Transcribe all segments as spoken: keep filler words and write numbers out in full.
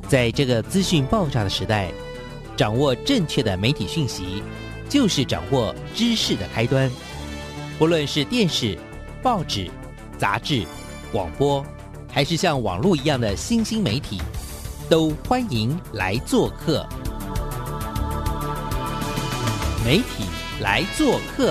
在这个资讯爆炸的时代，掌握正确的媒体讯息，就是掌握知识的开端。不论是电视、报纸、杂志、广播，还是像网络一样的新兴媒体，都欢迎来做客。媒体来做客。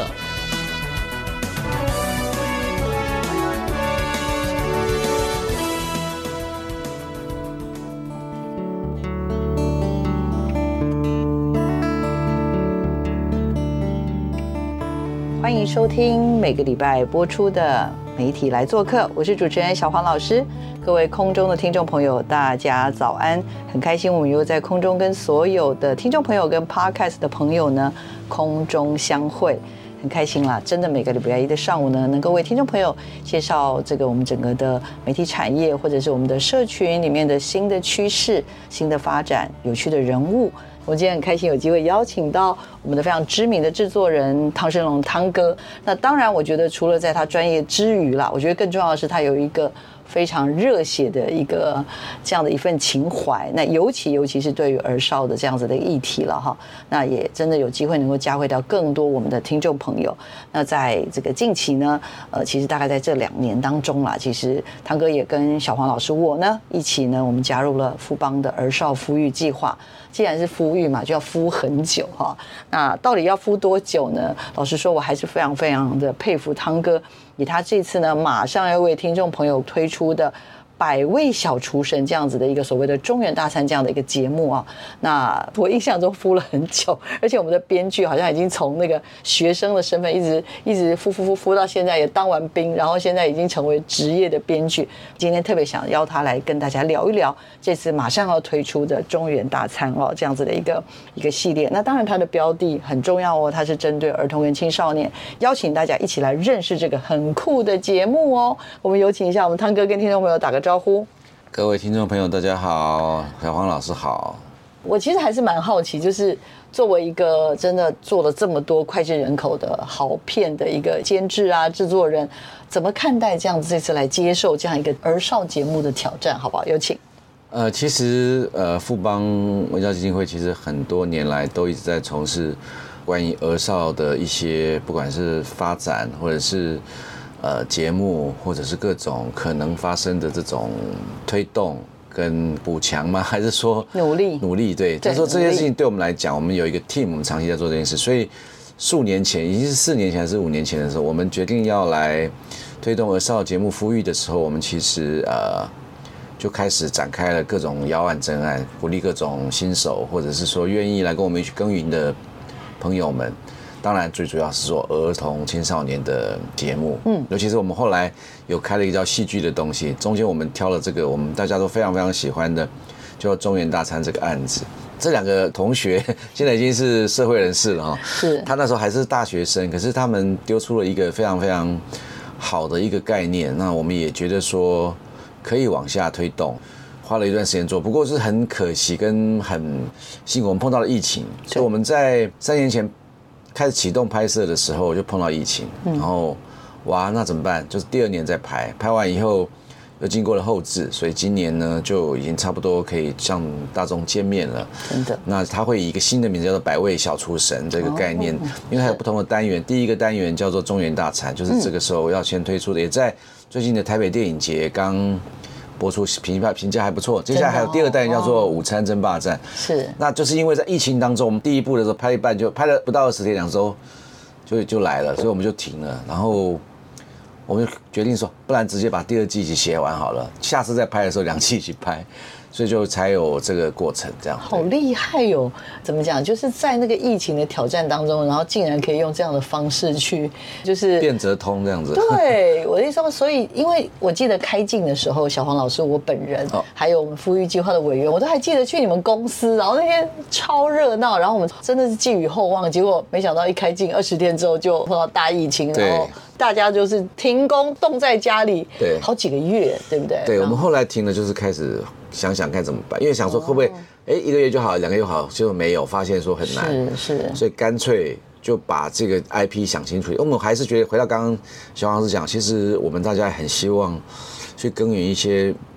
欢迎收听每个礼拜播出的媒体来做客，我是主持人小黄老师。各位空中的听众朋友，大家早安！很开心我们又在空中跟所有的听众朋友跟 Podcast 的朋友呢空中相会，很开心啦！真的每个礼拜一的上午呢，能够为听众朋友介绍这个我们整个的媒体产业，或者是我们的社群里面的新的趋势、新的发展、有趣的人物。我今天很开心有机会邀请到我们的非常知名的制作人汤申龙汤哥。那当然，我觉得除了在他专业之余啦，我觉得更重要的是他有一个非常热血的一个这样的一份情怀。那尤其尤其是对于儿少的这样子的议题了哈，那也真的有机会能够嘉惠到更多我们的听众朋友。那在这个近期呢，呃，其实大概在这两年当中啦，其实汤哥也跟小黄老师我呢一起呢，我们加入了富邦的儿少孵育计划。既然是孵育嘛，就要孵很久哈。那到底要孵多久呢？老实说，我还是非常非常的佩服汤哥，以他这次呢，马上要为听众朋友推出的百位小厨神这样子的一个所谓的中原大餐这样的一个节目啊，那我印象中孵了很久，而且我们的编剧好像已经从那个学生的身份一直一直孵孵孵孵到现在也当完兵，然后现在已经成为职业的编剧。今天特别想邀他来跟大家聊一聊这次马上要推出的中原大餐哦这样子的一个一个系列。那当然它的标的很重要哦，它是针对儿童跟青少年，邀请大家一起来认识这个很酷的节目哦。我们有请一下我们汤哥跟听众朋友打个招呼。 各位听众朋友大家好，小黄老师好。 我其实还是蛮好奇，就是作为一个真的做了这么多脍炙人口的好片的一个监制啊制作人，怎么看待这样子这次来接受这样一个儿少节目的挑战，好不好？有请。 呃，其实呃，富邦文教基金会其实很多年来都一直在从事关于儿少的一些，不管是发展或者是呃节目，或者是各种可能发生的这种推动跟补强吗？还是说努力努力？对，就是说这件事情对我们来讲，我们有一个 team， 我们长期在做这件事，所以数年前，已经是四年前还是五年前的时候，我们决定要来推动儿少节目孵育的时候，我们其实呃。就开始展开了各种邀案征案，鼓励各种新手或者是说愿意来跟我们一起耕耘的朋友们。当然，最主要是说儿童青少年的节目，嗯，尤其是我们后来有开了一个叫戏剧的东西，中间我们挑了这个我们大家都非常非常喜欢的，叫中原大餐这个案子。这两个同学现在已经是社会人士了哈， 是他那时候还是大学生，可是他们丢出了一个非常非常好的一个概念，那我们也觉得说可以往下推动，花了一段时间做，不过是很可惜跟很辛苦，我们碰到了疫情，所以我们在三年前开始启动拍摄的时候就碰到疫情，然后哇，那怎么办？就是第二年再拍，拍完以后又经过了后制，所以今年呢就已经差不多可以向大众见面了。真的，那它会以一个新的名字叫做百位小厨神这个概念，哦、因为它有不同的单元，第一个单元叫做中原大餐，就是这个时候要先推出的，也在最近的台北电影节刚播出，评价评价还不错。接下来还有第二单元叫做午餐争霸战， 是， 那就是因为在疫情当中，我们第一部的时候拍一半就拍了不到二十天，两周就就来了，所以我们就停了，然后我们就决定说，不然直接把第二季一起写完好了，下次再拍的时候两季一起拍。所以就才有这个过程，这样好厉害哟、哦！怎么讲？就是在那个疫情的挑战当中，然后竟然可以用这样的方式去，就是变则通这样子。 对，我的意思说，所以因为我记得开镜的时候，小黄老师我本人，哦、还有我们孵育计划的委员，我都还记得去你们公司，然后那天超热闹，然后我们真的是寄予厚望，结果没想到一开镜二十天之后就碰到大疫情，然后大家就是停工，冻在家里，对，好几个月，对不对？ 对，我们后来停了，就是开始想想看怎么办，因为想说会不会，哎、哦，一个月就好，两个月好，结果没有，发现说很难， 是是， 所以干脆就把这个 I P 想清楚。我们还是觉得回到刚刚小黄老师讲，其实我们大家很希望去耕耘一些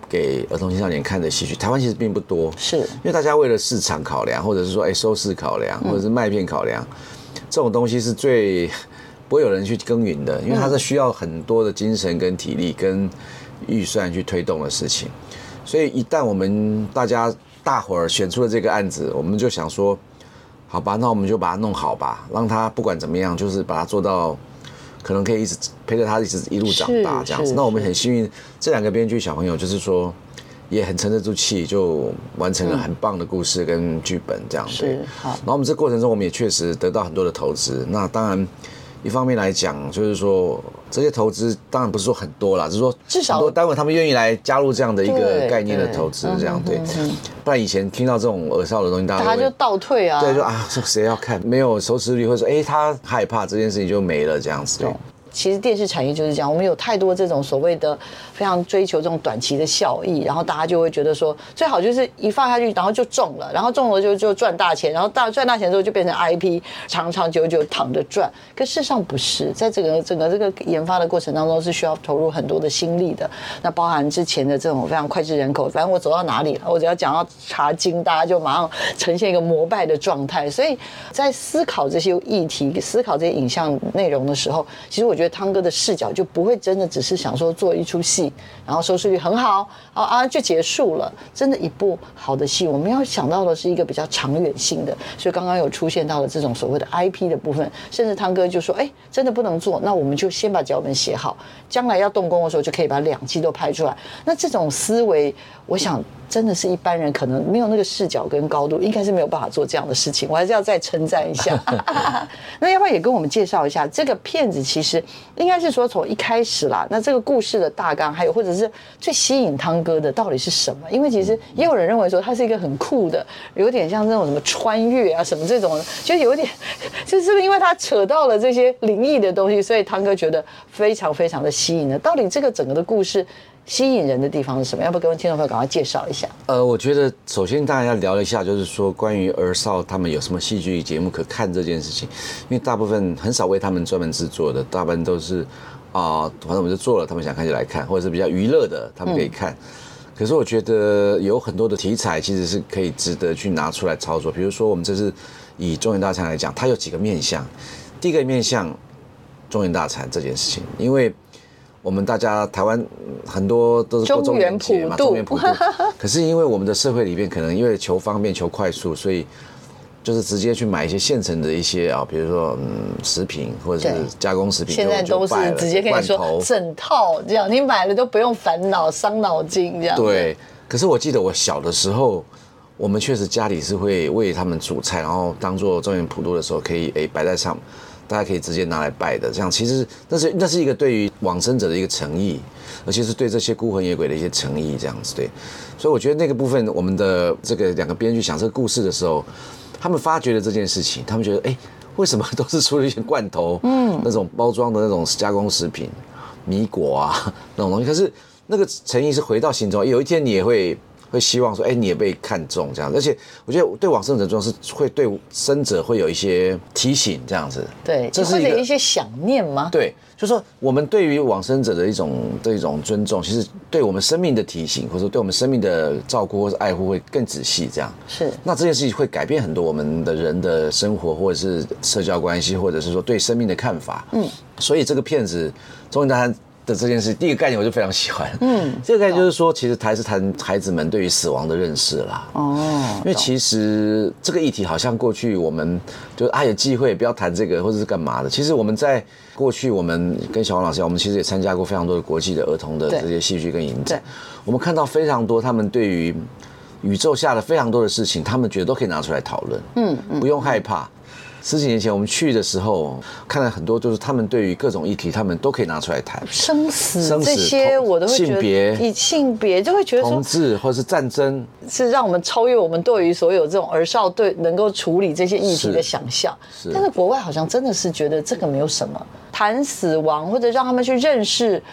给儿童青少年看的戏剧，台湾其实并不多， 是因为大家为了市场考量，或者是说哎收视考量，或者是卖片考量，这种东西是最不会有人去耕耘的，因为它是需要很多的精神跟体力跟预算去推动的事情。所以一旦我们大家大伙儿选出了这个案子，我们就想说，好吧，那我们就把它弄好吧，让他不管怎么样，就是把它做到。可能可以一直陪着他一直一路长大这样子。那我们很幸运，这两个编剧小朋友就是说，也很沉得住气，就完成了很棒的故事跟剧本这样子。 是好。 然后我们这过程中，我们也确实得到很多的投资。那当然，一方面来讲，就是说这些投资当然不是说很多啦，只是说至少很多单位他们愿意来加入这样的一个概念的投资，这样对。不然以前听到这种儿少的东西，大家大家就倒退啊， 对，就啊，这谁要看？没有收视率，或者说哎，他害怕这件事情就没了这样子。对。 其实电视产业就是这样，我们有太多这种所谓的非常追求这种短期的效益，然后大家就会觉得说，最好就是一放下去，然后就中了，然后中了就就赚大钱，然后大赚大钱之后就变成 I P， 长长久久躺着赚。可事实上不是，在整个整个这个研发的过程当中是需要投入很多的心力的。那包含之前的这种非常脍炙人口，反正我走到哪里了，我只要讲到茶经，大家就马上呈现一个膜拜的状态。所以在思考这些议题、思考这些影像内容的时候，其实我觉得汤哥的视角就不会真的只是想说做一出戏，然后收视率很好啊啊就结束了。真的，一部好的戏，我们要想到的是一个比较长远性的。所以刚刚有出现到了这种所谓的 I P 的部分，甚至汤哥就说：“哎，真的不能做，那我们就先把脚本写好，将来要动工的时候就可以把两季都拍出来。”那这种思维，我想真的是一般人可能没有那个视角跟高度，应该是没有办法做这样的事情。我还是要再称赞一下。那要不要也跟我们介绍一下这个片子？其实应该是说从一开始啦，那这个故事的大纲，还有或者是最吸引汤哥的到底是什么？因为其实也有人认为说它是一个很酷的，有点像这种什么穿越啊什么这种，就有点，就是不是因为它扯到了这些灵异的东西，所以汤哥觉得非常非常的吸引的。到底这个整个的故事吸引人的地方是什么？要不要跟听众朋友赶快介绍一下？ 呃，我觉得首先大家要聊一下，就是说关于儿少他们有什么戏剧节目可看这件事情，因为大部分很少为他们专门制作的，大部分都是啊、呃，反正我们就做了，他们想看就来看，或者是比较娱乐的，他们可以看。嗯、可是我觉得有很多的题材其实是可以值得去拿出来操作，比如说我们这次以中原大餐来讲，它有几个面向。第一个面向中原大餐这件事情，因为我们大家台湾很多都是过中元节嘛，中元普渡。可是因为我们的社会里面可能因为求方便、求快速，所以就是直接去买一些现成的一些啊，比如说嗯食品或者是加工食品， 现在都是直接跟你说整套这样，你买了都不用烦恼、伤脑筋这样。 对。可是我记得我小的时候，我们确实家里是会为他们煮菜，然后当做中元普渡的时候可以诶摆在上。大家可以直接拿来拜的，这样其实那是那是一个对于往生者的一个诚意，而且是对这些孤魂野鬼的一些诚意，这样子对。所以我觉得那个部分，我们的这个两个编剧想这个故事的时候，他们发觉了这件事情，他们觉得哎，为什么都是出了一些罐头，嗯，那种包装的那种加工食品、米果啊那种东西，可是那个诚意是回到心中，有一天你也会。会希望说，哎，你也被看中这样，而且我觉得对往生者重要是会对生者会有一些提醒这样子， 对，这是一个一些想念吗？ 对，就是说我们对于往生者的一种的一种尊重，其实对我们生命的提醒，或者说对我们生命的照顾或是爱护会更仔细这样。 是， 那这件事情会改变很多我们的人的生活，或者是社交关系，或者是说对生命的看法。嗯，所以这个片子中原大餐的这件事，第一个概念我就非常喜欢。嗯，这个概念就是说，其实还是谈孩子们对于死亡的认识啦。哦，因为其实这个议题好像过去我们就啊有忌讳不要谈这个，或者是干嘛的。其实我们在过去，我们跟小王老师，我们其实也参加过非常多的国际的儿童的这些戏剧跟影展。我们看到非常多他们对于宇宙下的非常多的事情，他们觉得都可以拿出来讨论。嗯，不用害怕。十几年前我们去的时候，看了很多，就是他们对于各种议题，他们都可以拿出来谈， 生死这些我都会觉得， 性别、 以性别就会觉得说， 同志或者是战争， 是让我们超越我们对于所有这种儿少对能够处理这些议题的想象。是，但是国外好像真的是觉得这个没有什么，谈死亡或者让他们去认识。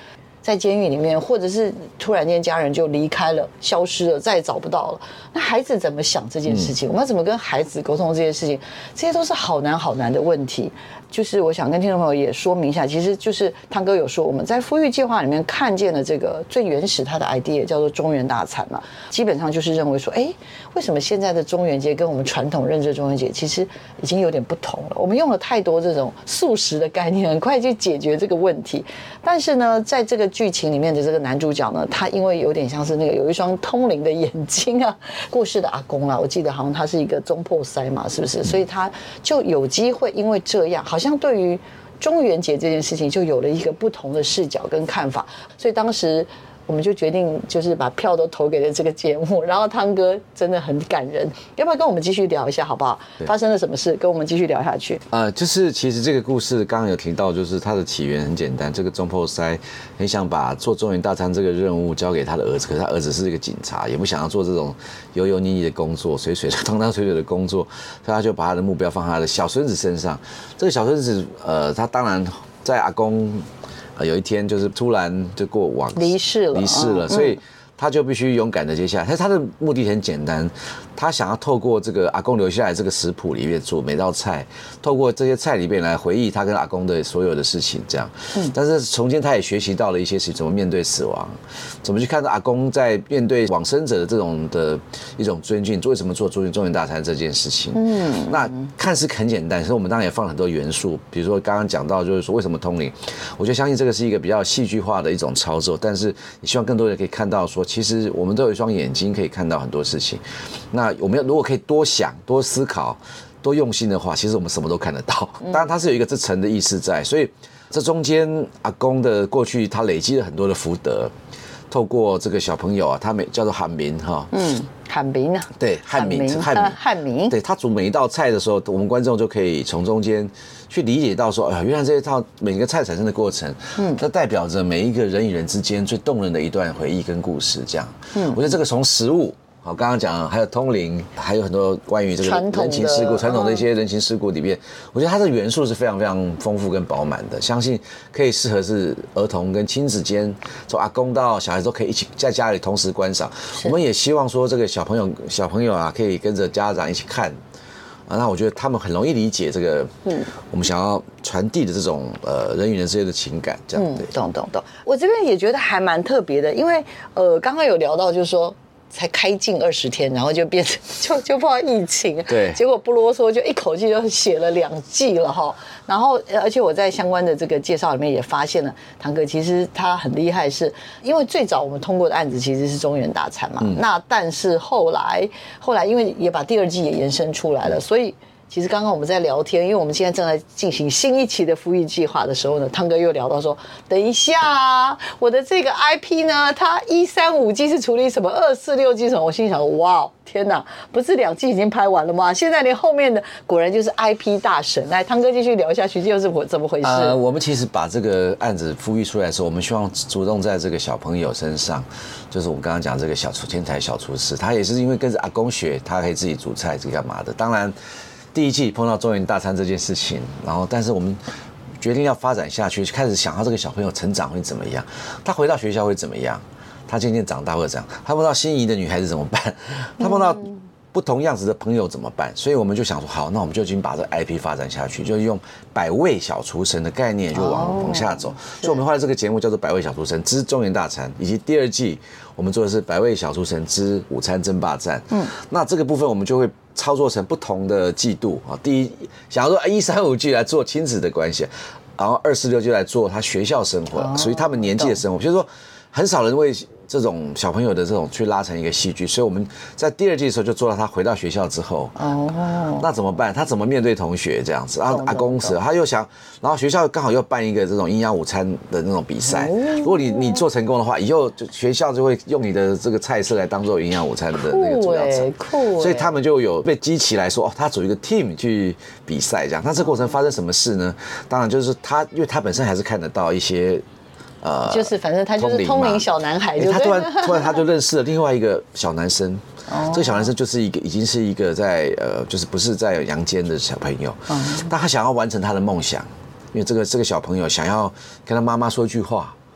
在监狱里面，或者是突然间家人就离开了、消失了，再也找不到了。那孩子怎么想这件事情？嗯、我们要怎么跟孩子沟通这件事情？这些都是好难好难的问题。就是我想跟听众朋友也说明一下，其实就是汤哥有说，我们在富裕计划里面看见了这个最原始它的 idea 叫做中元大餐嘛，基本上就是认为说，哎，为什么现在的中元节跟我们传统认知的中元节其实已经有点不同了？我们用了太多这种素食的概念，很快就解决这个问题。但是呢，在这个剧情里面的这个男主角呢，他因为有点像是那个有一双通灵的眼睛啊，过世的阿公啊，我记得好像他是一个中破塞嘛，是不是？所以他就有机会因为这样，好像对于中元节这件事情就有了一个不同的视角跟看法，所以当时我们就决定就是把票都投给了这个节目，然后汤哥真的很感人，要不要跟我们继续聊一下好不好？发生了什么事，跟我们继续聊下去。 呃，就是其实这个故事刚刚有提到，就是它的起源很简单，这个中破塞很想把做中元大餐这个任务交给他的儿子，可是他儿子是一个警察，也不想要做这种油油腻腻的工作，水水的汤汤水水的工作，所以他就把他的目标放在他的小孙子身上。这个小孙子，呃，他当然在阿公。呃，有一天就是突然就过往离世了， 离世了，所以他就必须勇敢的接下来。他他的目的很简单，他想要透过这个阿公留下来这个食谱里面做每道菜，透过这些菜里面来回忆他跟阿公的所有的事情，这样。嗯。但是从前他也学习到了一些事情，怎么面对死亡，怎么去看到阿公在面对往生者的这种的一种尊敬，为什么做中元大餐这件事情。嗯。那看似很简单，所以我们当然也放了很多元素，比如说刚刚讲到就是说为什么通灵，我就相信这个是一个比较戏剧化的一种操作，但是也希望更多人可以看到说，其实我们都有一双眼睛可以看到很多事情。那我们要如果可以多想、多思考、多用心的话，其实我们什么都看得到。当然，它是有一个这层的意识在，所以这中间阿公的过去，他累积了很多的福德，透过这个小朋友啊，他每叫做汉民哈， 嗯，汉民啊， 对，汉民，汉民， 汉民， 对他煮每一道菜的时候，我们观众就可以从中间去理解到说，哎呀，原来这一套每个菜产生的过程，嗯，它代表着每一个人与人之间最动人的一段回忆跟故事，这样，嗯，我觉得这个从食物。好，刚刚讲还有通灵，还有很多关于这个人情世故、传统的一些人情世故里面，我觉得它的元素是非常非常丰富跟饱满的，相信可以适合是儿童跟亲子间，从阿公到小孩都可以一起在家里同时观赏。我们也希望说这个小朋友小朋友啊，可以跟着家长一起看。啊，那我觉得他们很容易理解这个，嗯，我们想要传递的这种呃人与人之间的情感，这样对， 嗯，懂懂懂。我这边也觉得还蛮特别的，因为呃，刚刚有聊到就是说。才开禁二十天，然后就变成就就碰到疫情， 对， 结果不啰嗦就一口气就写了两季了哈。然后而且我在相关的这个介绍里面也发现了，堂哥其实他很厉害，是因为最早我们通过的案子其实是中元大餐嘛，嗯、那但是后来后来因为也把第二季也延伸出来了，所以。其实刚刚我们在聊天，因为我们现在正在进行新一期的富裕计划的时候呢，汤哥又聊到说，等一下啊，我的这个 I P 呢，它一三五季是处理什么，二四六季什么，我心想，哇，天哪，不是两季已经拍完了吗？现在连后面的果然就是 I P 大神。来，汤哥继续聊下去，又是怎么回事？ 呃，我们其实把这个案子富裕出来的时候，我们希望主动在这个小朋友身上，就是我们刚刚讲这个小厨天才小厨师，他也是因为跟着阿公学，他可以自己煮菜，是干嘛的？当然。第一季碰到中元大餐这件事情，然后但是我们决定要发展下去，开始想到这个小朋友成长会怎么样，他回到学校会怎么样，他渐渐长大会怎样，他碰到心仪的女孩子怎么办，他碰到不同样子的朋友怎么办？所以我们就想说，好，那我们就已经把这个 I P 发展下去，就用百味小厨神的概念就往往下走。所以我们后来这个节目叫做《百味小厨神之中元大餐》，以及第二季我们做的是《百味小厨神之午餐争霸战》。嗯，那这个部分我们就会操作成不同的季度啊。第一，想要说一三五季来做亲子的关系，然后二四六就来做他学校生活，属于他们年纪的生活。所以说，很少人为这种小朋友的这种去拉成一个戏剧，所以我们在第二季的时候就做到他回到学校之后，哦，那怎么办？他怎么面对同学这样子？然后阿公死了，他又想，然后学校刚好又办一个这种营养午餐的那种比赛，如果你你做成功的话，以后就学校就会用你的这个菜色来当做营养午餐的那个主要菜，所以他们就有被激起来说，哦，他组一个 team 去比赛这样。那这过程发生什么事呢？当然就是他，因为他本身还是看得到一些。 呃，就是反正他就是通灵小男孩就， 他突然突然他就认识了另外一个小男生，哦、这个小男生就是一个已经是一个在呃，就是不是在阳间的小朋友，嗯、但他想要完成他的梦想，因为这个这个小朋友想要跟他妈妈说一句话，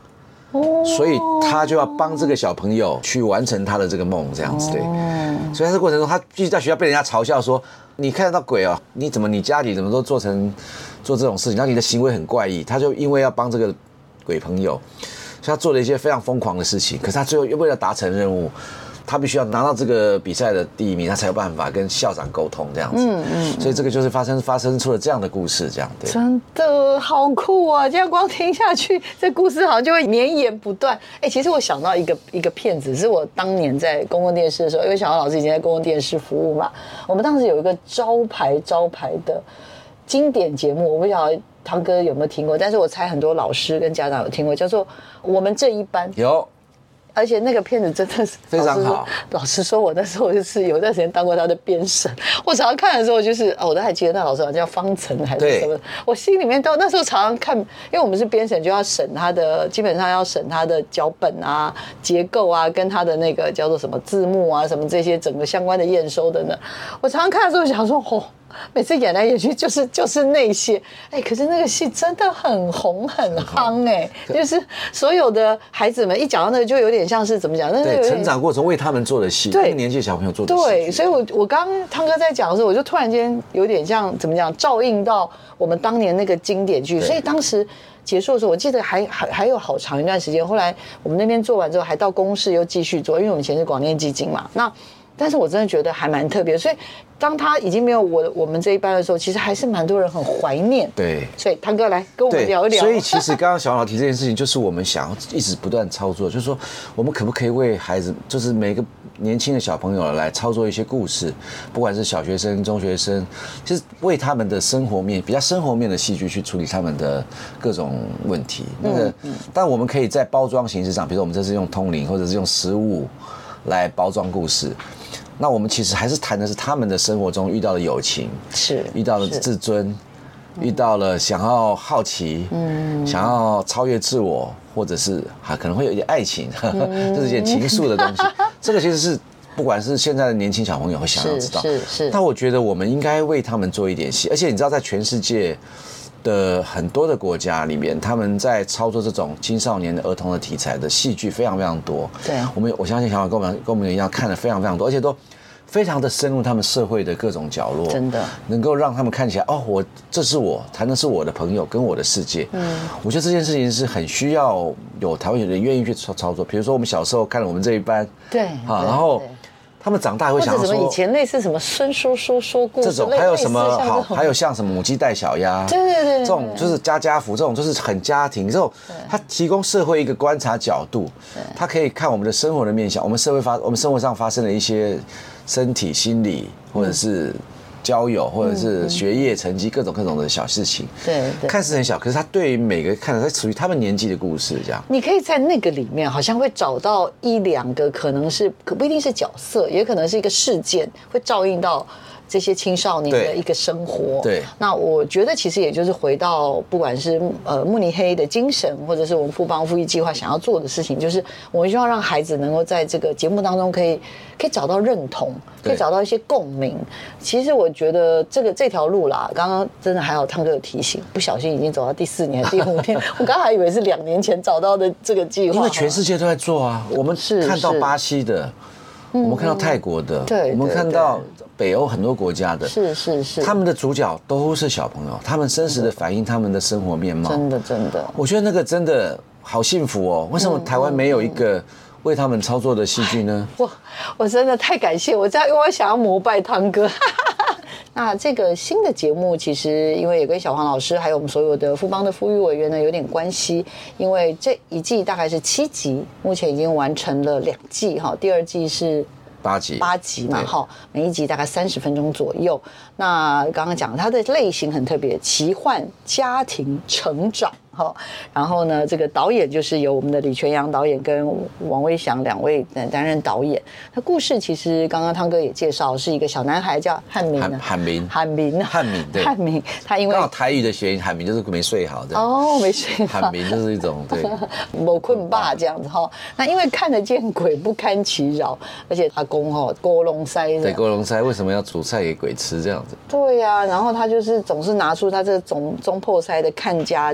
哦，所以他就要帮这个小朋友去完成他的这个梦，这样子对。哦，所以在这过程中，他继续在学校被人家嘲笑说：“你看得到鬼哦？你怎么你家里怎么都做成做这种事情？然后你的行为很怪异。”他就因为要帮这个鬼朋友，所以他做了一些非常疯狂的事情。可是他最后又为了达成任务，他必须要拿到这个比赛的第一名，他才有办法跟校长沟通这样子。嗯嗯，所以这个就是发生发生出了这样的故事，这样对。 真的好酷啊！这样光听下去，这故事好像就会绵延不断。哎，其实我想到一个一个片子，是我当年在公共电视的时候，因为小黄老师以前在公共电视服务嘛，我们当时有一个招牌招牌的经典节目，我不晓得汤哥有没有听过，但是我猜很多老师跟家长有听过，叫做《我们这一班》。 有。 而且那个片子真的是非常好。 老实说，我那时候就是有段时间当过他的编审，我常常看的时候就是，哦，我都还记得那老师好像叫方岑还是什么，我心里面都那时候常常看，因为我们是编审，就要审他的，基本上要审他的脚本啊、结构啊，跟他的那个叫做什么字幕啊、什么这些整个相关的验收的呢。我常常看的时候想说，哦。每次演来演去就是就是那些，哎，可是那个戏真的很红很夯哎，就是所有的孩子们一讲到那个，就有点像是怎么讲？那对，成长过程为他们做的戏，对，那个年纪的小朋友做的戏。 对，所以我我刚刚汤哥在讲的时候，我就突然间有点像怎么讲，照应到我们当年那个经典剧，所以当时结束的时候，我记得还还还有好长一段时间。后来我们那边做完之后，还到公视又继续做，因为我们以前是广电基金嘛，那。但是我真的觉得还蛮特别，所以当他已经没有我我们这一班的时候，其实还是蛮多人很怀念。 对， 所以汤哥来跟我们聊一聊。 所以其实刚刚小老提这件事情，就是我们想要一直不断操作，就是说我们可不可以为孩子，就是每个年轻的小朋友来操作一些故事，不管是小学生、中学生，就是为他们的生活面比较生活面的戏剧去处理他们的各种问题。那个，嗯嗯、但我们可以在包装形式上，比如说我们这是用通灵或者是用食物来包装故事。那我们其实还是谈的是他们的生活中遇到的友情， 是遇到了自尊，遇到了想要好奇，嗯，想要超越自我，或者是还可能会有一点爱情，嗯、就是一点情愫的东西。这个其实是不管是现在的年轻小朋友会想要知道， 是是是。 但我觉得我们应该为他们做一点戏，而且你知道，在全世界的很多的国家里面，他们在操作这种青少年的儿童的题材的戏剧非常非常多。 对， 我们我相信小宝跟我们跟我们一样看了非常非常多，而且都非常的深入他们社会的各种角落， 真的能够让他们看起来哦，我这是我谈的是我的朋友跟我的世界。嗯，我觉得这件事情是很需要有台湾有人愿意去操操作。比如说我们小时候看了我们这一班， 对， 啊，然后。他们长大会想说， 什么以前类似什么孙叔叔说故事， 这种还有什么好，还有像什么母鸡带小鸭， 对对对， 这种就是家家福，这种就是很家庭，这种它提供社会一个观察角度，它可以看我们的生活的面向，我们社会发，我们生活上发生的一些身体、心理或者是交友或者是学业成绩各种各种的小事情， 对， 看似很小，可是它对于每个看的，它属于他们年纪的故事，这样。 你可以在那个里面好像会找到一两个，可能是可不一定是角色，也可能是一个事件，会照应到这些青少年的一个生活。 对， 那我觉得其实也就是回到不管是呃慕尼黑的精神，或者是我们富邦富裕计划想要做的事情，就是我们希望让孩子能够在这个节目当中可以可以找到认同，可以找到一些共鸣。其实我觉得这个这条路啦，刚刚真的还好汤哥有提醒，不小心已经走到第四年、第五年，我刚还以为是两年前找到的这个计划， 因为全世界都在做啊。我们是看到巴西的。我们看到泰国的， 对， 我们看到北欧很多国家的， 是是是， 他们的主角都是小朋友，他们真实的反映他们的生活面貌， 真的真的， 我觉得那个真的好幸福哦。为什么台湾没有一个为他们操作的戏剧呢？ 我我真的太感谢，我这样，因为我想要膜拜汤哥。那这个新的节目其实因为也跟小黄老师还有我们所有的富邦的富裕委员呢有点关系，因为这一季大概是七集，目前已经完成了两季哈，第二季是八集八集嘛哈，每一集大概三十分钟左右。那刚刚讲它的类型很特别，奇幻、家庭、成长。好，然后呢，这个导演就是由我们的李全阳导演跟王威祥两位担任导演。那故事其实刚刚汤哥也介绍，是一个小男孩叫汉民， 汉民， 汉民， 汉民，对， 汉民，他因为刚好台语的谐音，汉民就是没睡好的哦，没睡好， 汉民就是一种对， 没困吧这样子哈。那因为看得见鬼不堪其扰，而且阿公哈锅笼塞， 对，锅笼塞为什么要煮菜给鬼吃这样子？ 对呀、啊，然后他就是总是拿出他这个中中破塞的看家秋楼。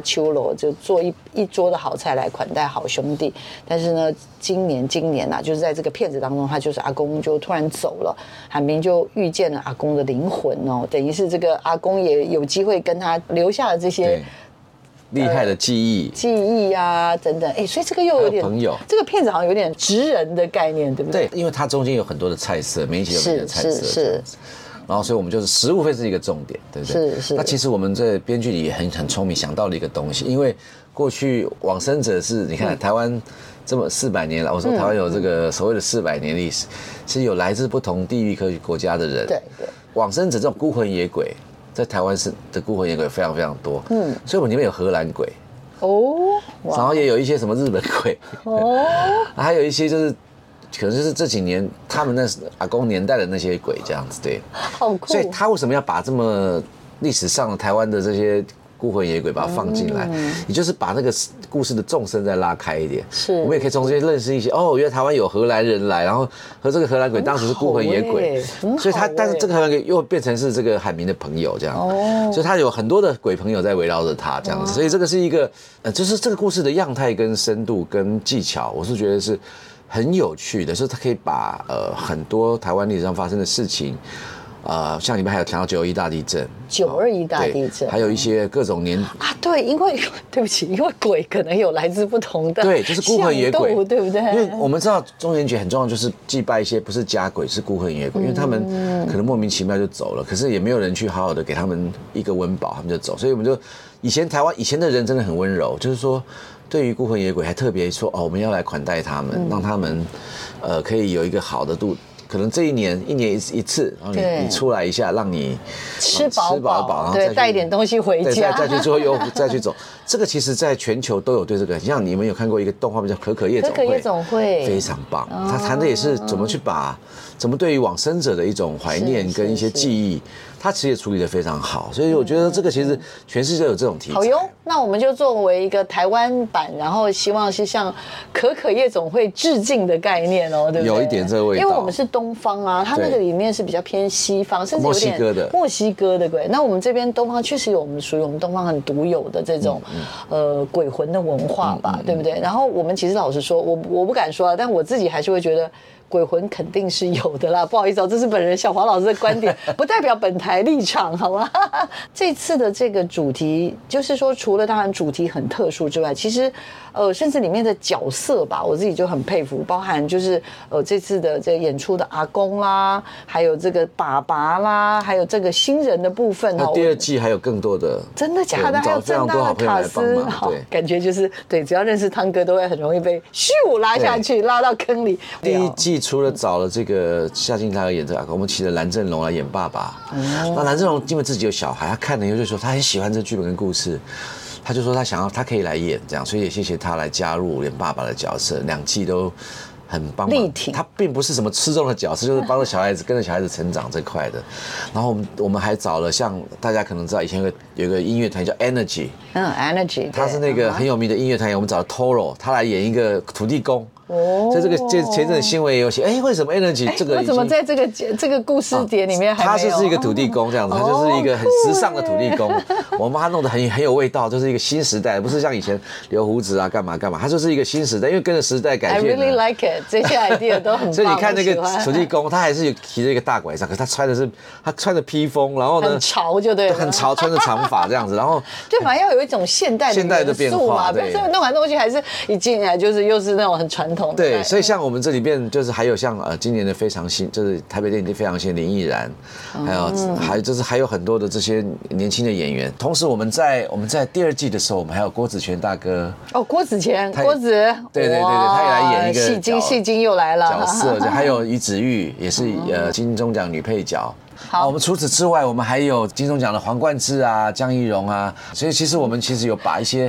哦，就做一一桌的好菜来款待好兄弟。但是呢，今年今年啊，就是在这个片子当中，他就是阿公就突然走了，海明就遇见了阿公的灵魂哦，等于是这个阿公也有机会跟他留下了这些。 厉害的记忆、呃、 记忆啊等等，哎，所以这个又有点朋友， 这个片子好像有点职人的概念，对不对？ 对，因为它中间有很多的菜色，每一集有每一个菜色， 是是是。 然后，所以我们就是食物会是一个重点，对不对？ 是是。 那其实我们在编剧里也很很聪明，想到了一个东西，因为过去往生者是，你看、嗯、台湾这么四百年了，我说台湾有这个所谓的四百年历史，是有来自不同地域和国家的人， 对对。 往生者这种孤魂野鬼，在台湾是的孤魂野鬼非常非常多，嗯，所以我们里面有荷兰鬼。 哦， 然后也有一些什么日本鬼，哦，还有一些就是可能就是这几年他们那阿公年代的那些鬼这样子，对， 好酷。 所以他为什么要把这么历史上的台湾的这些孤魂野鬼把它放进来？嗯、也就是把那个故事的纵深再拉开一点。 是， 我们也可以从这些认识一些哦，原来台湾有荷兰人来，然后和这个荷兰鬼当时是孤魂野鬼，所以他但是这个荷兰鬼又变成是这个海明的朋友这样，哦，所以他有很多的鬼朋友在围绕着他这样子，所以这个是一个呃，就是这个故事的样态跟深度跟技巧，我是觉得是很有趣的，就是他可以把呃很多台湾历史上发生的事情。呃，像里面还有讲到九二一大地震， 九二一大地震， 还有一些各种年啊，对，因为对不起，因为鬼可能有来自不同的， 对，就是孤魂野鬼， 对不对？ 因为我们知道中元节很重要，就是祭拜一些不是家鬼，是孤魂野鬼，因为他们可能莫名其妙就走了，可是也没有人去好好的给他们一个温饱，他们就走，所以我们就以前台湾以前的人真的很温柔，就是说对于孤魂野鬼还特别说哦，我们要来款待他们，嗯、让他们呃可以有一个好的度。可能这一年一年一次，然后你你出来一下，让你吃饱吃饱饱，对，带一点东西回家， 再再去做又再去走。这个其实在全球都有对这个，像你们有看过一个动画叫《可可夜总会》， 可可夜总会非常棒，他谈的也是怎么去把怎么对于往生者的一种怀念跟一些记忆。他其实也处理得非常好，所以我觉得这个其实全世界有这种题材。 好哟，那我们就作为一个台湾版，然后希望是向可可夜总会致敬的概念哦，对不对？ 有一点这个味道， 因为我们是东方啊，它那个里面是比较偏西方，甚至有点墨西哥的墨西哥的鬼。那我们这边东方确实有我们属于我们东方很独有的这种、嗯嗯、呃鬼魂的文化吧，嗯嗯、对不对？然后我们其实老实说，我我不敢说啊，但我自己还是会觉得。鬼魂肯定是有的啦，不好意思哦，这是本人小黄老师的观点，不代表本台立场，好吗？这次的这个主题，就是说，除了当然主题很特殊之外，其实，呃，甚至里面的角色吧，我自己就很佩服，包含就是呃这次的这个演出的阿公啦，还有这个爸爸啦，还有这个新人的部分哦。 第二季还有更多的， 真的假的？还有正大的卡司，好，感觉就是对，只要认识汤哥，都会很容易被咻拉下去，拉到坑里。 第一季。除了找了这个夏静他演这个，我们请了蓝正龙来演爸爸。哦、那蓝正龙因为自己有小孩，他看了以后就说他很喜欢这剧本跟故事，他就说他想要他可以来演这样，所以也谢谢他来加入演爸爸的角色，两季都很帮忙。 力挺他并不是什么吃重的角色，就是帮着小孩子跟着小孩子成长这块的。然后我们我们还找了像大家可能知道以前有个有一个音乐团叫 Energy， 嗯 Energy， 他是那个很有名的音乐团，我们找了 Toro， 他来演一个土地公。哦，所以这个这前阵新闻也有写，哎，为什么 Energy 这个为什么在这个这个故事点里面还没有？ 他就是一个土地公这样子，他就是一个很时尚的土地公。我们把他弄得很很有味道，就是一个新时代，不是像以前留胡子啊干嘛干嘛，他就是一个新时代，因为跟着时代改变。 I really like it， 这些 idea 都很棒。 所以你看那个土地公，他还是有提着一个大拐杖，可是他穿的是他穿的披风，然后呢很潮就对了， 很潮，穿着长发这样子，然后就反正要有一种现代的现代的变化， 对，所以弄来弄去还是一进来就是又是那种很传统的。 对，所以像。我们这里边就是还有像呃今年的非常新，就是台北电影非常新林奕然，还有、嗯、还就是还有很多的这些年轻的演员。同时我们在我们在第二季的时候，我们还有郭子乾大哥哦，郭子乾，郭子， 对对对对，他也来演一个戏精，戏精又来了角色，还有于子玉也是呃金钟奖女配角。好，我们除此之外，我们还有金钟奖的黄冠志啊、江一蓉啊，所以其实我们其实有把一些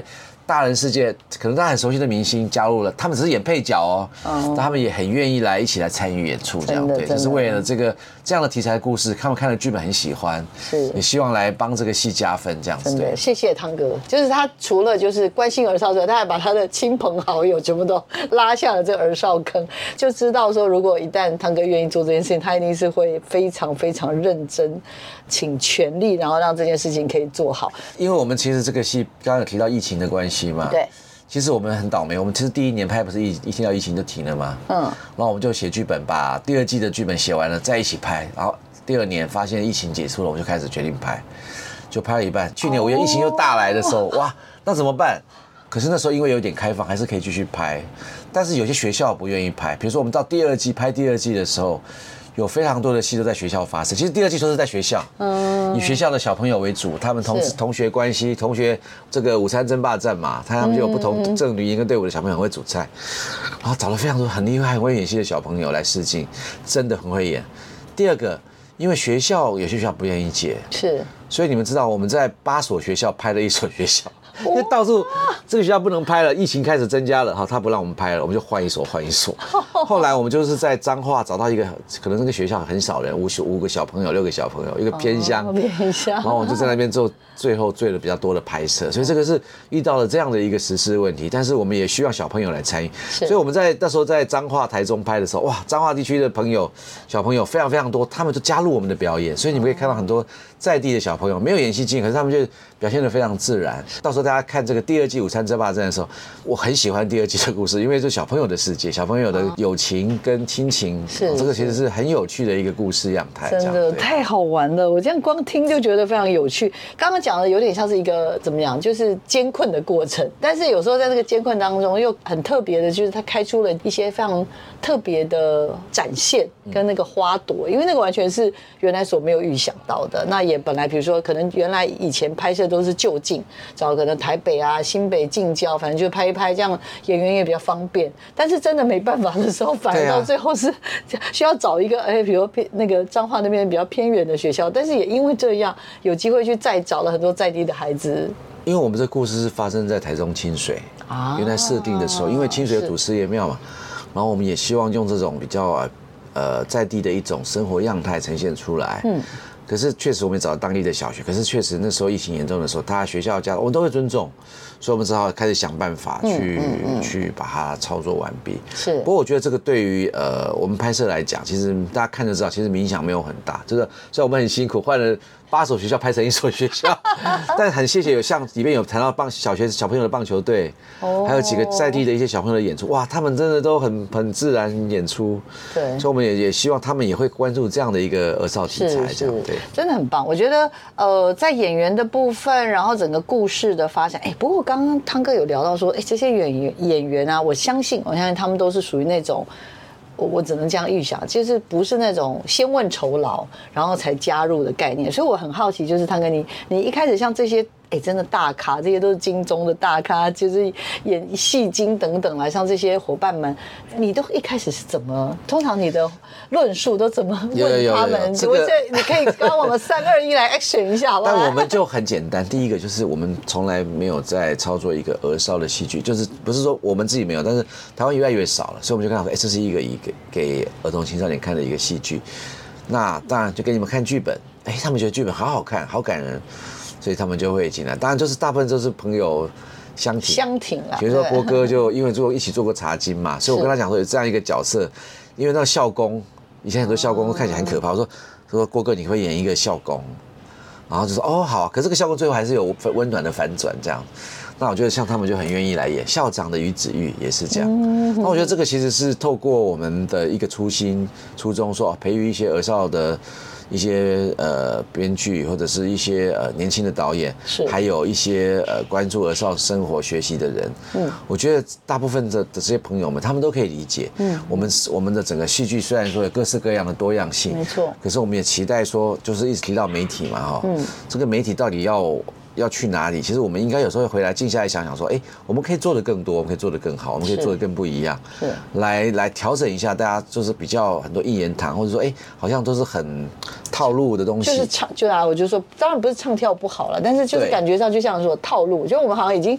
大人世界可能大家很熟悉的明星加入了，他们只是演配角哦，嗯、但他们也很愿意来一起来参与演出，这样对，就是为了这个这样的题材的故事，他们看了剧本很喜欢，是也希望来帮这个戏加分，这样子。 真的，谢谢汤哥，就是他除了就是关心儿少之外，他还把他的亲朋好友全部都拉下了这个儿少坑，就知道说，如果一旦汤哥愿意做这件事情，他一定是会非常非常认真，请全力，然后让这件事情可以做好。 因为我们其实这个戏刚刚有提到疫情的关系嘛， 对。 其实我们很倒霉，我们其实第一年拍不是一一听到疫情就停了嘛，嗯，然后我们就写剧本，把第二季的剧本写完了，再一起拍。然后第二年发现疫情结束了，我们就开始决定拍，就拍了一半。去年五月疫情又大来的时候，哇，那怎么办？可是那时候因为有点开放，还是可以继续拍。但是有些学校不愿意拍，比如说我们到第二季拍第二季的时候，有非常多的戏都在学校发生。其实第二季都是在学校，嗯，以学校的小朋友为主，他们同同学关系，同学这个午餐争霸战嘛，他们就有不同正女营跟队伍的小朋友很会煮菜，然后找了非常多很厉害、很会演戏的小朋友来试镜，真的很会演。第二个，因为学校有些学校不愿意接，是，所以你们知道我们在八所学校拍了一所学校。因为到处这个学校不能拍了，疫情开始增加了，哈，他不让我们拍了，我们就换一所换一所。后来我们就是在彰化找到一个，可能那个学校很少人，五五个小朋友，六个小朋友，一个偏乡，哦、偏乡，然后我们就在那边做最后做了比较多的拍摄，所以这个是遇到了这样的一个实施问题，但是我们也需要小朋友来参与，所以我们在那时候在彰化、台中拍的时候，哇，彰化地区的朋友小朋友非常非常多，他们就加入我们的表演，所以你们可以看到很多在地的小朋友没有演戏经验，可是他们就表现得非常自然。到时候大家看这个第二季《午餐争霸战》的时候，我很喜欢第二季的故事，因为这小朋友的世界，小朋友的友情跟亲情，是、哦、这个其实是很有趣的一个故事样态， 真的太好玩了。我这样光听就觉得非常有趣。刚刚讲的有点像是一个怎么样，就是艰困的过程，但是有时候在这个艰困当中又很特别的，就是它开出了一些非常特别的展现跟那个花朵，因为那个完全是原来所没有预想到的。那也本来比如说可能原来以前拍摄都是就近找可能台北啊、新北近郊，反正就拍一拍，这样演员也比较方便。但是真的没办法的时候，反而到最后是需要找一个哎，比如偏那个彰化那边比较偏远的学校，但是也因为这样有机会去再找了很多在地的孩子。 因为我们这故事是发生在台中清水啊，原来设定的时候，因为清水有祖师爷庙嘛，然后我们也希望用这种比较呃在地的一种生活样态呈现出来。嗯。可是确实我们也找到当地的小学，可是确实那时候疫情严重的时候，他学校家我们都会尊重，所以我们只好开始想办法去、嗯嗯嗯、去把它操作完毕。是，不过我觉得这个对于呃我们拍摄来讲，其实大家看就知道，其实影响没有很大，就是虽然我们很辛苦换了八所学校拍成一所学校，但很谢谢有像里面有谈到棒小学小朋友的棒球队，哦，还有几个在地的一些小朋友的演出，哇，他们真的都很很自然演出。对，所以我们也也希望他们也会关注这样的一个儿少题材，这样对。 真的很棒，我觉得呃，在演员的部分，然后整个故事的发展，哎，不过刚刚汤哥有聊到说，哎，这些演员演员啊，我相信，我相信他们都是属于那种，我我只能这样预想，就是不是那种先问酬劳，然后才加入的概念，所以我很好奇，就是汤哥你你一开始像这些。哎，真的大咖，这些都是金钟的大咖，就是演戏精等等啦，像这些伙伴们，你都一开始是怎么？通常你的论述都怎么问他们？这个你可以帮我们三二一来 action 一下，好不好？ 但我们就很简单，第一个就是我们从来没有在操作一个儿少的戏剧，就是不是说我们自己没有，但是台湾越来越少了，所以我们就看到，哎，这是一个一个给儿童青少年看的一个戏剧。那当然就给你们看剧本，哎，他们觉得剧本好好看，好感人。所以他们就会进来，当然就是大部分都是朋友相挺， 相挺啊。 比如说郭哥就因为做一起做过茶经嘛，所以我跟他讲说有这样一个角色，因为那个校工，以前很多校工看起来很可怕，我说说郭哥你会演一个校工，然后就说哦好，可是这个校工最后还是有温暖的反转这样。那我觉得像他们就很愿意来演校长的于子玉也是这样。那我觉得这个其实是透过我们的一个初心初衷，说培育一些儿少的。一些呃编剧或者是一些呃年轻的导演，还有一些呃关注儿少生活学习的人，嗯，我觉得大部分的的这些朋友们，他们都可以理解，嗯，我们我们的整个戏剧虽然说有各式各样的多样性， 没错， 可是我们也期待说，就是一直提到媒体嘛，哈，嗯，这个媒体到底要。要去哪里？其实我们应该有时候会回来静下来想想说，哎，我们可以做得更多，我们可以做得更好，我们可以做得更不一样，是来来调整一下，大家就是比较很多一言堂，或者说哎，好像都是很套路的东西。 就是唱，就啊，我就说，当然不是唱跳不好了，但是就是感觉上就像说套路，就我们好像已经。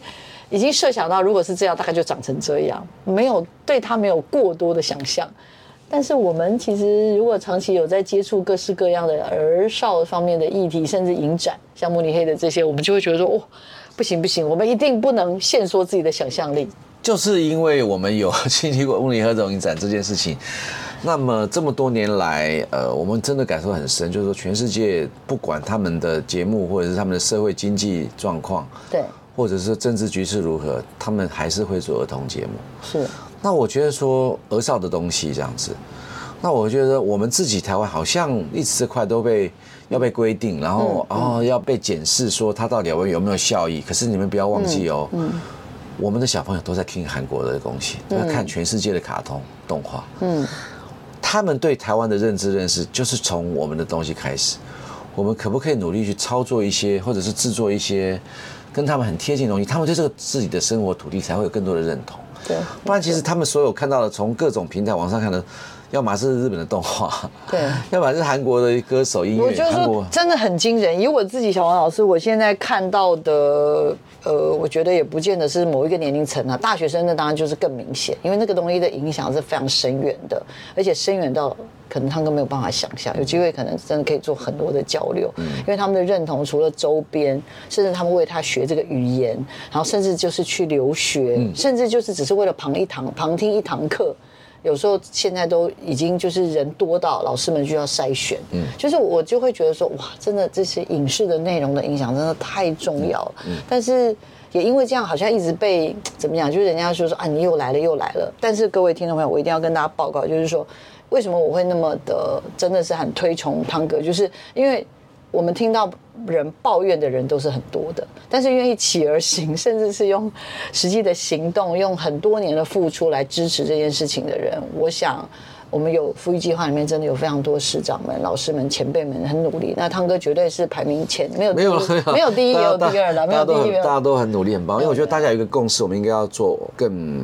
已经设想到，如果是这样，大概就长成这样，没有对他没有过多的想象。但是我们其实如果长期有在接触各式各样的儿少方面的议题，甚至影展，像慕尼黑的这些，我们就会觉得说，哦，不行不行，我们一定不能限缩自己的想象力。 就是因为我们有经历过慕尼黑这种影展这件事情，那么这么多年来，呃，我们真的感受很深，就是说全世界不管他们的节目或者是他们的社会经济状况， 对， 或者是政治局势如何，他们还是会做儿童节目。 是。 那我觉得说儿少的东西这样子，那我觉得我们自己台湾好像一直这块都被要被规定，然后然后要被检视说它到底有没有效益。可是你们不要忘记哦，嗯，我们的小朋友都在听韩国的东西，都在看全世界的卡通动画，嗯，他们对台湾的认知认识就是从我们的东西开始。我们可不可以努力去操作一些，或者是制作一些跟他们很贴近的东西？他们对这个自己的生活土地才会有更多的认同。 对， 不然其实他们所有看到的，从各种平台网上看的，要么是日本的动画， 对， 要么是韩国的歌手音乐。 我觉得说真的很惊人。以我自己小王老师，我现在看到的，呃，我觉得也不见得是某一个年龄层啊，大学生那当然就是更明显，因为那个东西的影响是非常深远的，而且深远到可能他们都没有办法想象。有机会可能真的可以做很多的交流，嗯、因为他们的认同除了周边，甚至他们为他学这个语言，然后甚至就是去留学，嗯、甚至就是只是为了旁一堂旁听一堂课。有时候现在都已经就是人多到老师们就要筛选，嗯，就是我就会觉得说哇，真的这些影视的内容的影响真的太重要了，嗯，但是也因为这样好像一直被怎么讲，就是人家说说啊你又来了又来了，但是各位听众朋友，我一定要跟大家报告，就是说为什么我会那么的真的是很推崇汤哥，就是因为我们听到人抱怨的人都是很多的，但是愿意起而行，甚至是用实际的行动，用很多年的付出来支持这件事情的人，我想我们有福育计划里面真的有非常多师长们、老师们、前辈们很努力。那汤哥绝对是排名前，没有第一，没有第一也有第二的，没有第一， 大家都很努力，很棒。因为我觉得大家有一个共识，我们应该要做更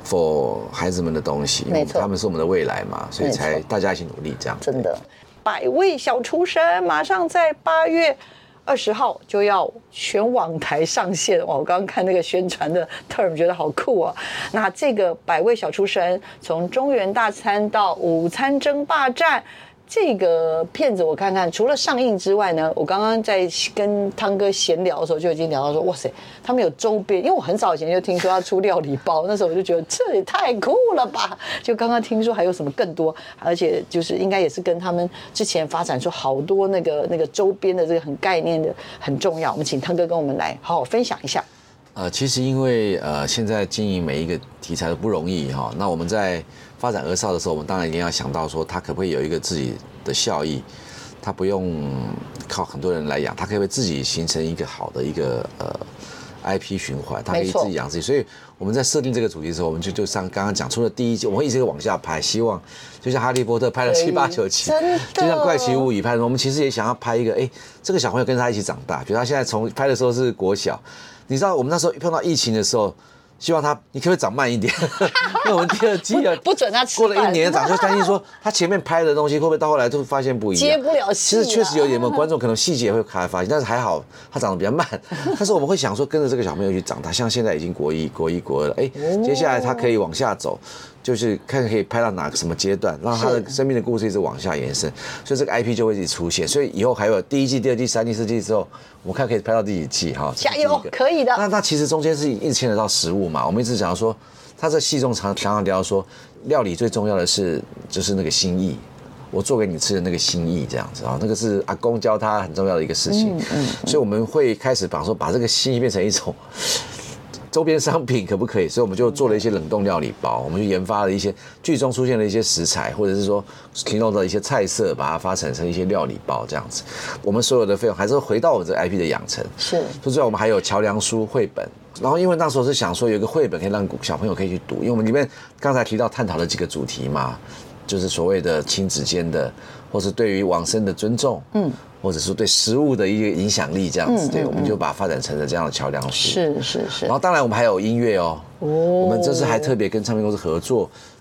for 孩子们的东西， 没错， 他们是我们的未来嘛，所以才大家一起努力这样。 真的。百位小厨神马上在八月二十号就要全网台上线哇！我刚刚看那个宣传的 term 觉得好酷啊。那这个百位小厨神从中原大餐到午餐争霸战，这个片子我看看，除了上映之外呢，我刚刚在跟汤哥闲聊的时候就已经聊到说，哇塞，他们有周边，因为我很早以前就听说要出料理包，那时候我就觉得这也太酷了吧！就刚刚听说还有什么更多，而且就是应该也是跟他们之前发展出好多那个那个周边的这个很概念的很重要。我们请汤哥跟我们来好好分享一下。 呃，其实因为呃现在经营每一个题材都不容易哈，那我们在发展儿少的时候，我们当然一定要想到说，它可不可以有一个自己的效益，它不用靠很多人来养，它可不可以自己形成一个好的一个呃 I P 循环，它可以自己养自己。所以我们在设定这个主题的时候，我们就就像刚刚讲，除了第一季，我们会一直往下拍，希望就像哈利波特拍了七八九集，就像怪奇物语拍的，我们其实也想要拍一个，哎，这个小朋友跟他一起长大，比如他现在从拍的时候是国小，你知道我们那时候碰到疫情的时候。希望他，你可不可以长慢一点？因为我们第二季啊， 不准他吃。 过了一年长，就担心说他前面拍的东西会不会到后来就发现不一样， 接不了戏。 其实确实有点，有观众可能细节会开发现，但是还好他长得比较慢。但是我们会想说，跟着这个小朋友去长大，像现在已经国一、国一、国二了，哎，接下来他可以往下走。就是看可以拍到哪个什么阶段，让他的生命的故事一直往下延伸，所以这个 I P 就会一直出现。所以以后还有第一季、第二季、三季、四季之后，我们看可以拍到第几季哈？ 加油，可以的。 那那其实中间是一直牵扯到食物嘛，我们一直讲说，他这戏中常常常聊说，料理最重要的是就是那个心意，我做给你吃的那个心意这样子啊，那个是阿公教他很重要的一个事情。嗯嗯嗯，所以我们会开始把说把这个心意变成一种。周边商品可不可以？所以我们就做了一些冷冻料理包，我们就研发了一些剧中出现的一些食材，或者是说提供的一些菜色，把它发展成一些料理包这样子。我们所有的费用还是回到我们这个 I P 的养成。 是， 就之外我们还有桥梁书绘本，然后因为那时候是想说有一个绘本可以让小朋友可以去读，因为我们里面刚才提到探讨的几个主题嘛，就是所谓的亲子间的，或是对于往生的尊重，嗯。或者是对食物的一个影响力这样子，对，我们就把它发展成了这样的桥梁书。 是是是。 然后当然我们还有音乐哦，哦，我们这次还特别跟唱片公司合作，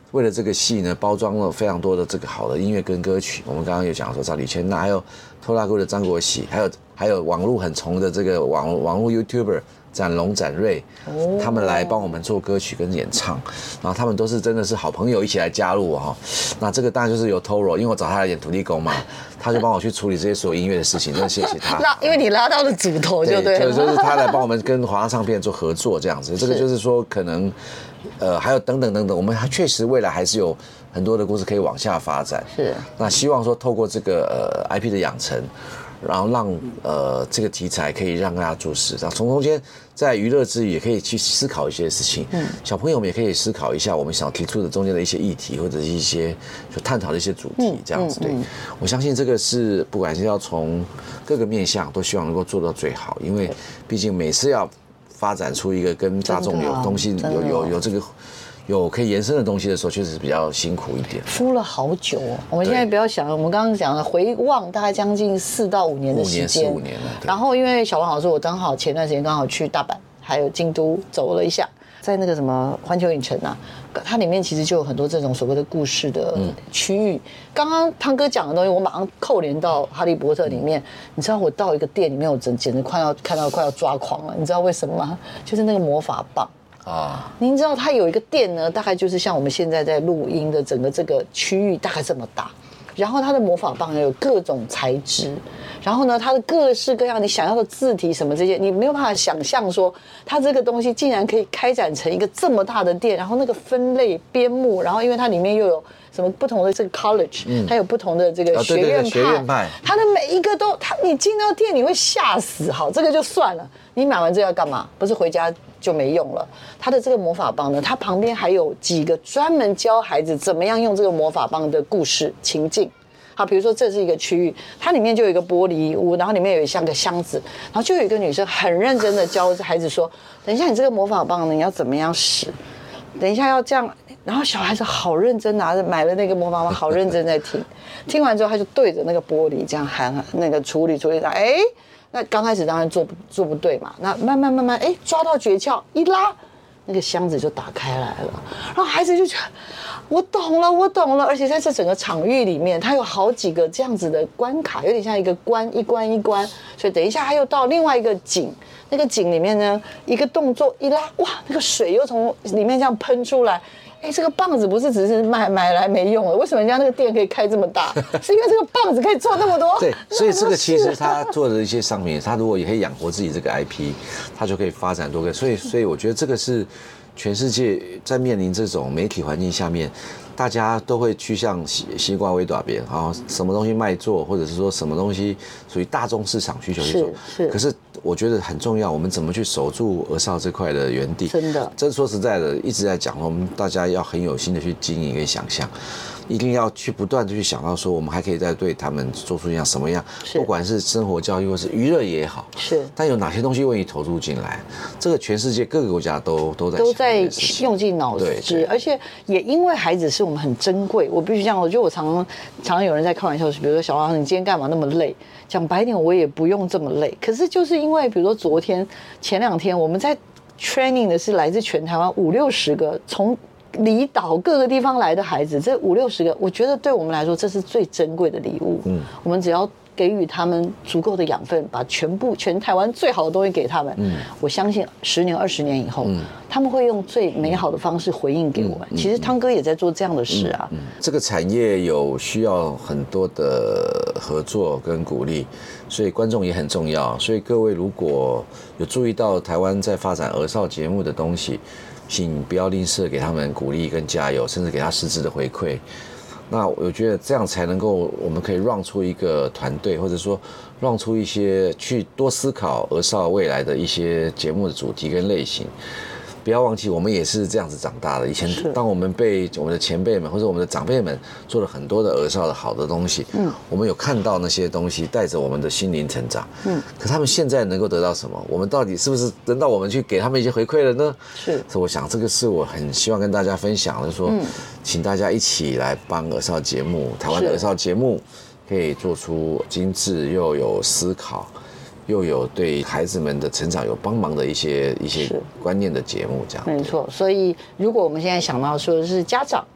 为了这个戏呢，包装了非常多的这个好的音乐跟歌曲。我们刚刚有讲说赵丽娟，那还有拖拉库的张国喜，还有还有网络很红的这个网网络 YouTuber 展龙展瑞，他们来帮我们做歌曲跟演唱，然后他们都是真的是好朋友一起来加入哈。那这个当然就是由 Toro， 因为我找他来演土地公嘛，他就帮我去处理这些所有音乐的事情，真的谢谢他。 拉，因为你拉到了主头就对了， 对，就是他来帮我们跟华纳唱片做合作这样子。这个就是说可能，呃，还有等等等等，我们还确实未来还是有很多的故事可以往下发展。 是， 那希望说透过这个呃 I P 的养成。然后让呃这个题材可以让大家注视，然后从中间在娱乐之余也可以去思考一些事情。嗯，小朋友们也可以思考一下我们想提出的中间的一些议题或者是一些就探讨的一些主题，这样子。对，我相信这个是不管是要从各个面向都希望能够做到最好，因为毕竟每次要发展出一个跟大众有东西有有有这个。有可以延伸的东西的时候，确实是比较辛苦一点。 敷了好久哦，我们现在不要想，我们刚刚讲了回望大概将近四到五年的时间， 五年、四五年了。 然后因为小王老师，我刚好前段时间刚好去大阪还有京都走了一下，在那个什么环球影城啊，它里面其实就有很多这种所谓的故事的区域。刚刚汤哥讲的东西，我马上扣连到哈利波特里面。你知道我到一个店里面，我真简直快要看到快要抓狂了。你知道为什么吗？就是那个魔法棒。啊，您知道它有一个店呢，大概就是像我们现在在录音的整个这个区域大概这么大，然后它的魔法棒有各种材质，然后呢，它的各式各样你想要的字体什么这些，你没有办法想象说它这个东西竟然可以开展成一个这么大的店，然后那个分类编目，然后因为它里面又有什么不同的这个 college，、嗯、它有不同的这个学院派，哦、对对对学院派它的每一个都，它你进到店你会吓死。好，这个就算了，你买完这要干嘛？不是回家就没用了。它的这个魔法棒呢，它旁边还有几个专门教孩子怎么样用这个魔法棒的故事情境。好，比如说这是一个区域，它里面就有一个玻璃屋，然后里面有像个箱子，然后就有一个女生很认真的教孩子说：“等一下，你这个魔法棒呢，你要怎么样使？等一下要这样。”然后小孩子好认真拿着买了那个魔法棒，好认真在听。听完之后，他就对着那个玻璃这样喊那个处理处理，哎，那刚开始当然做不做不对嘛，那慢慢慢慢，哎，抓到诀窍，一拉，那个箱子就打开来了，然后孩子就觉得我懂了，我懂了。而且在这整个场域里面，它有好几个这样子的关卡，有点像一个关一关一关，所以等一下他又到另外一个井。那个井里面呢，一个动作一拉，哇，那个水又从里面这样喷出来。哎，这个棒子不是只是买买来没用的，为什么人家那个店可以开这么大？是因为这个棒子可以做那么多。 对，所以这个其实他做的一些商品，他如果也可以养活自己这个 I P， 他就可以发展多个。所以，所以我觉得这个是全世界在面临这种媒体环境下面。大家都会趋向西西瓜微短边啊，什么东西卖座，或者是说什么东西属于大众市场需求去做。 是是。 可是我觉得很重要，我们怎么去守住儿少这块的原地？ 真的。 真说实在的，一直在讲，我们大家要很有心的去经营跟想象，一定要去不断的去想到说，我们还可以再对他们做出一样什么样，不管是生活教育或是娱乐也好， 是。 但有哪些东西愿意投入进来？这个全世界各个国家都都在都在用尽脑汁，而且也因为孩子是我们很珍贵。我必须这样，我觉得我常常常常有人在开玩笑，比如说小王，你今天干嘛那么累？讲白点，我也不用这么累。可是就是因为，比如说昨天、前两天，我们在 training 的是来自全台湾五六十个从离岛各个地方来的孩子，这五六十个，我觉得对我们来说，这是最珍贵的礼物。嗯，我们只要给予他们足够的养分，把全部全台湾最好的东西给他们。嗯，我相信十年、二十年以后，嗯，他们会用最美好的方式回应给我们。嗯嗯、其实汤哥也在做这样的事啊。嗯嗯、 这个产业有需要很多的合作跟鼓励，所以观众也很重要。所以各位如果有注意到台湾在发展儿少节目的东西，请不要吝啬给他们鼓励跟加油，甚至给他实质的回馈。那我觉得这样才能够，我们可以让出一个团队，或者说让出一些去多思考儿少未来的一些节目的主题跟类型。不要忘记，我们也是这样子长大的。以前，当我们被我们的前辈们或者我们的长辈们做了很多的儿少的好的东西，嗯，我们有看到那些东西带着我们的心灵成长，嗯。可他们现在能够得到什么？我们到底是不是轮到我们去给他们一些回馈了呢？ 是。 所以我想，这个是我很希望跟大家分享的，说，嗯，请大家一起来帮儿少节目，台湾的儿少节目可以做出精致又有思考。又有对孩子们的成长有帮忙的一些一些观念的节目，这样没错。所以如果我们现在想到说是家长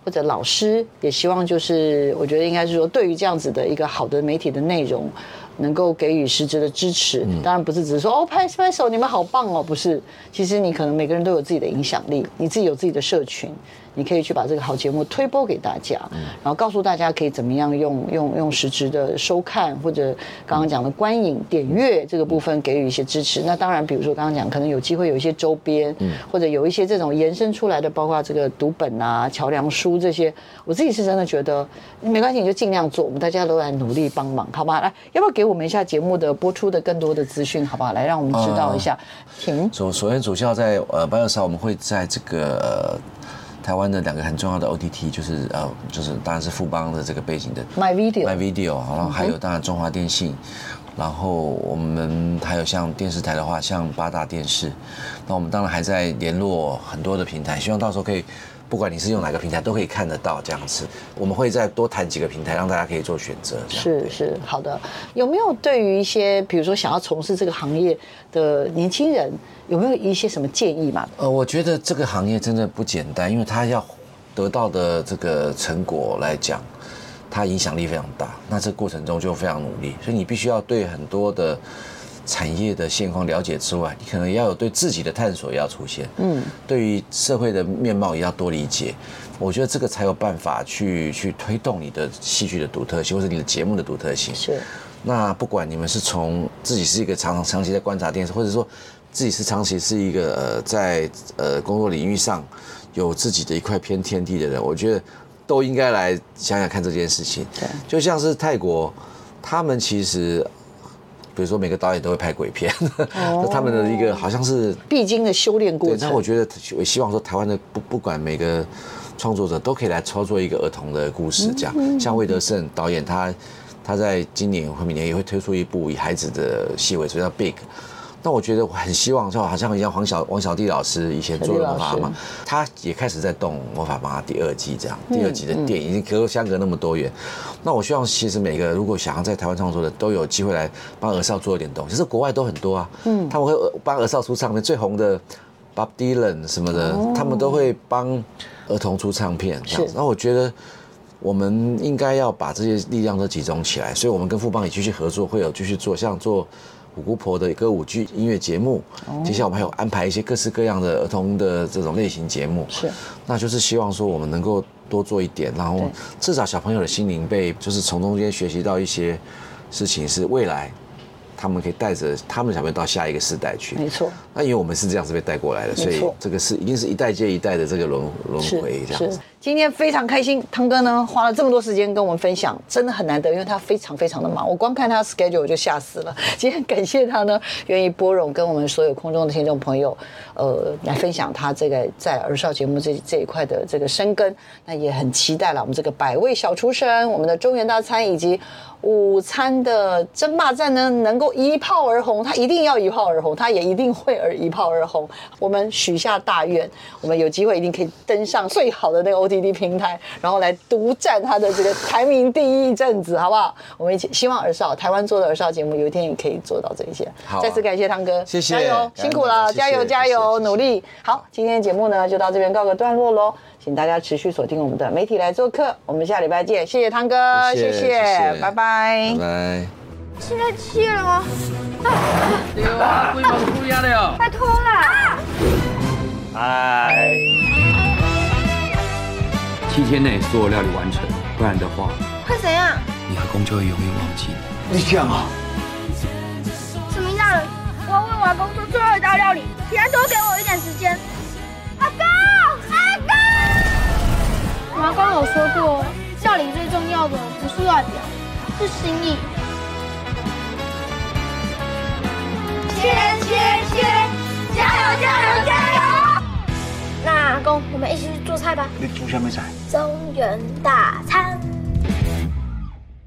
或者老师，也希望就是我觉得应该是说，对于这样子的一个好的媒体的内容，能够给予实质的支持。当然不是只是说哦拍拍手，你们好棒哦，不是。其实你可能每个人都有自己的影响力，你自己有自己的社群。你可以去把这个好节目推播给大家，然后告诉大家可以怎么样用用用实质的收看或者刚刚讲的观影点阅这个部分给予一些支持。那当然，比如说刚刚讲，可能有机会有一些周边，或者有一些这种延伸出来的，包括这个读本啊、桥梁书这些，我自己是真的觉得没关系，你就尽量做，我们大家都来努力帮忙，好不好？来，要不要给我们一下节目的播出的更多的资讯，好不好？来，让我们知道一下。请。 首首先，主校在呃八月二十号，我们会在这个。呃台湾的两个很重要的 O T T 就是呃，就是当然是富邦的这个背景的 My Video My Video， 然后还有当然中华电信，然后我们还有像电视台的话，像八大电视，那我们当然还在联络很多的平台，希望到时候可以，不管你是用哪个平台，都可以看得到这样子。我们会再多谈几个平台，让大家可以做选择。 是是好的。有没有对于一些比如说想要从事这个行业的年轻人？有没有一些什么建议嘛？ 呃，我觉得这个行业真的不简单，因为它要得到的这个成果来讲，它影响力非常大。那这过程中就非常努力，所以你必须要对很多的产业的现况了解之外，你可能要有对自己的探索也要出现。嗯，对于社会的面貌也要多理解。我觉得这个才有办法去去推动你的戏剧的独特性，或者你的节目的独特性。 是。 那不管你们是从自己是一个常常长期在观察电视，或者说。自己是长期是一个呃在呃工作领域上有自己的一块偏天地的人，我觉得都应该来想想看这件事情。就像是泰国，他们其实比如说每个导演都会拍鬼片，哦、他们的一个好像是必经的修炼过程。 对，但我觉得我希望说台湾的不不管每个创作者都可以来操作一个儿童的故事，这样、嗯、像魏德胜导演他他在今年或明年也会推出一部以孩子的戏为主，叫 Big。那我觉得我很希望，就好像一样，黄小王小弟老师以前做了魔法嘛，他也开始在动魔法妈第二季这样，第二季的电影已经隔相隔那么多远。那我希望其实每个如果想要在台湾创作的，都有机会来帮儿少做一点东西。其实国外都很多啊，嗯，他们会帮儿少出唱片，最红的 Bob Dylan 什么的，他们都会帮儿童出唱片这样子。那我觉得我们应该要把这些力量都集中起来，所以我们跟富邦也继续合作，会有继续做像做。虎姑婆的歌舞剧音乐节目，接下来我们还有安排一些各式各样的儿童的这种类型节目， 是， 那就是希望说我们能够多做一点，然后至少小朋友的心灵被就是从中间学习到一些事情，是未来他们可以带着他们小朋友到下一个世代去。 没错， 那因为我们是这样子被带过来的，所以这个是一定是一代接一代的这个轮轮回这样子。 今天非常开心，汤哥呢花了这么多时间跟我们分享，真的很难得，因为他非常非常的忙，我光看他 schedule 我就吓死了。今天感谢他呢，愿意拨冗跟我们所有空中的听众朋友，呃，来分享他这个在儿少节目这这一块的这个深耕。那也很期待了我们这个百味小厨神，我们的中原大餐以及午餐的争霸战呢，能够一炮而红，他一定要一炮而红，他也一定会而一炮而红。我们许下大愿，我们有机会一定可以登上最好的那个 O T T 平台，然后来独占他的这个排名第一一阵子，好不好？我们一起希望儿少台湾做的儿少节目有一天也可以做到这一些。 好、啊， 再次感谢汤哥， 谢谢， 加油，辛苦了，加油加油，努力。好，今天的节目呢就到这边告个段落喽。请大家持续锁定我们的媒体来做客，我们下礼拜见。谢谢汤哥， 谢谢， 谢谢，拜拜， 拜拜。 现在七了吗？ 对啊，规模不一样了哟。 拜托啦！ 哎，七天内所有料理完成，不然的话， 会怎样？ 你阿公就会永远忘记你。 你这样啊？ 史明大人，我要为我阿公做最后一道料理，请他多给我一点时间。阿公，阿公！我阿公有说过，料理最重要的不是外表，是心意。切切切！加油加油加油！那阿公，我们一起去做菜吧。 你煮什么菜？ 中原大餐。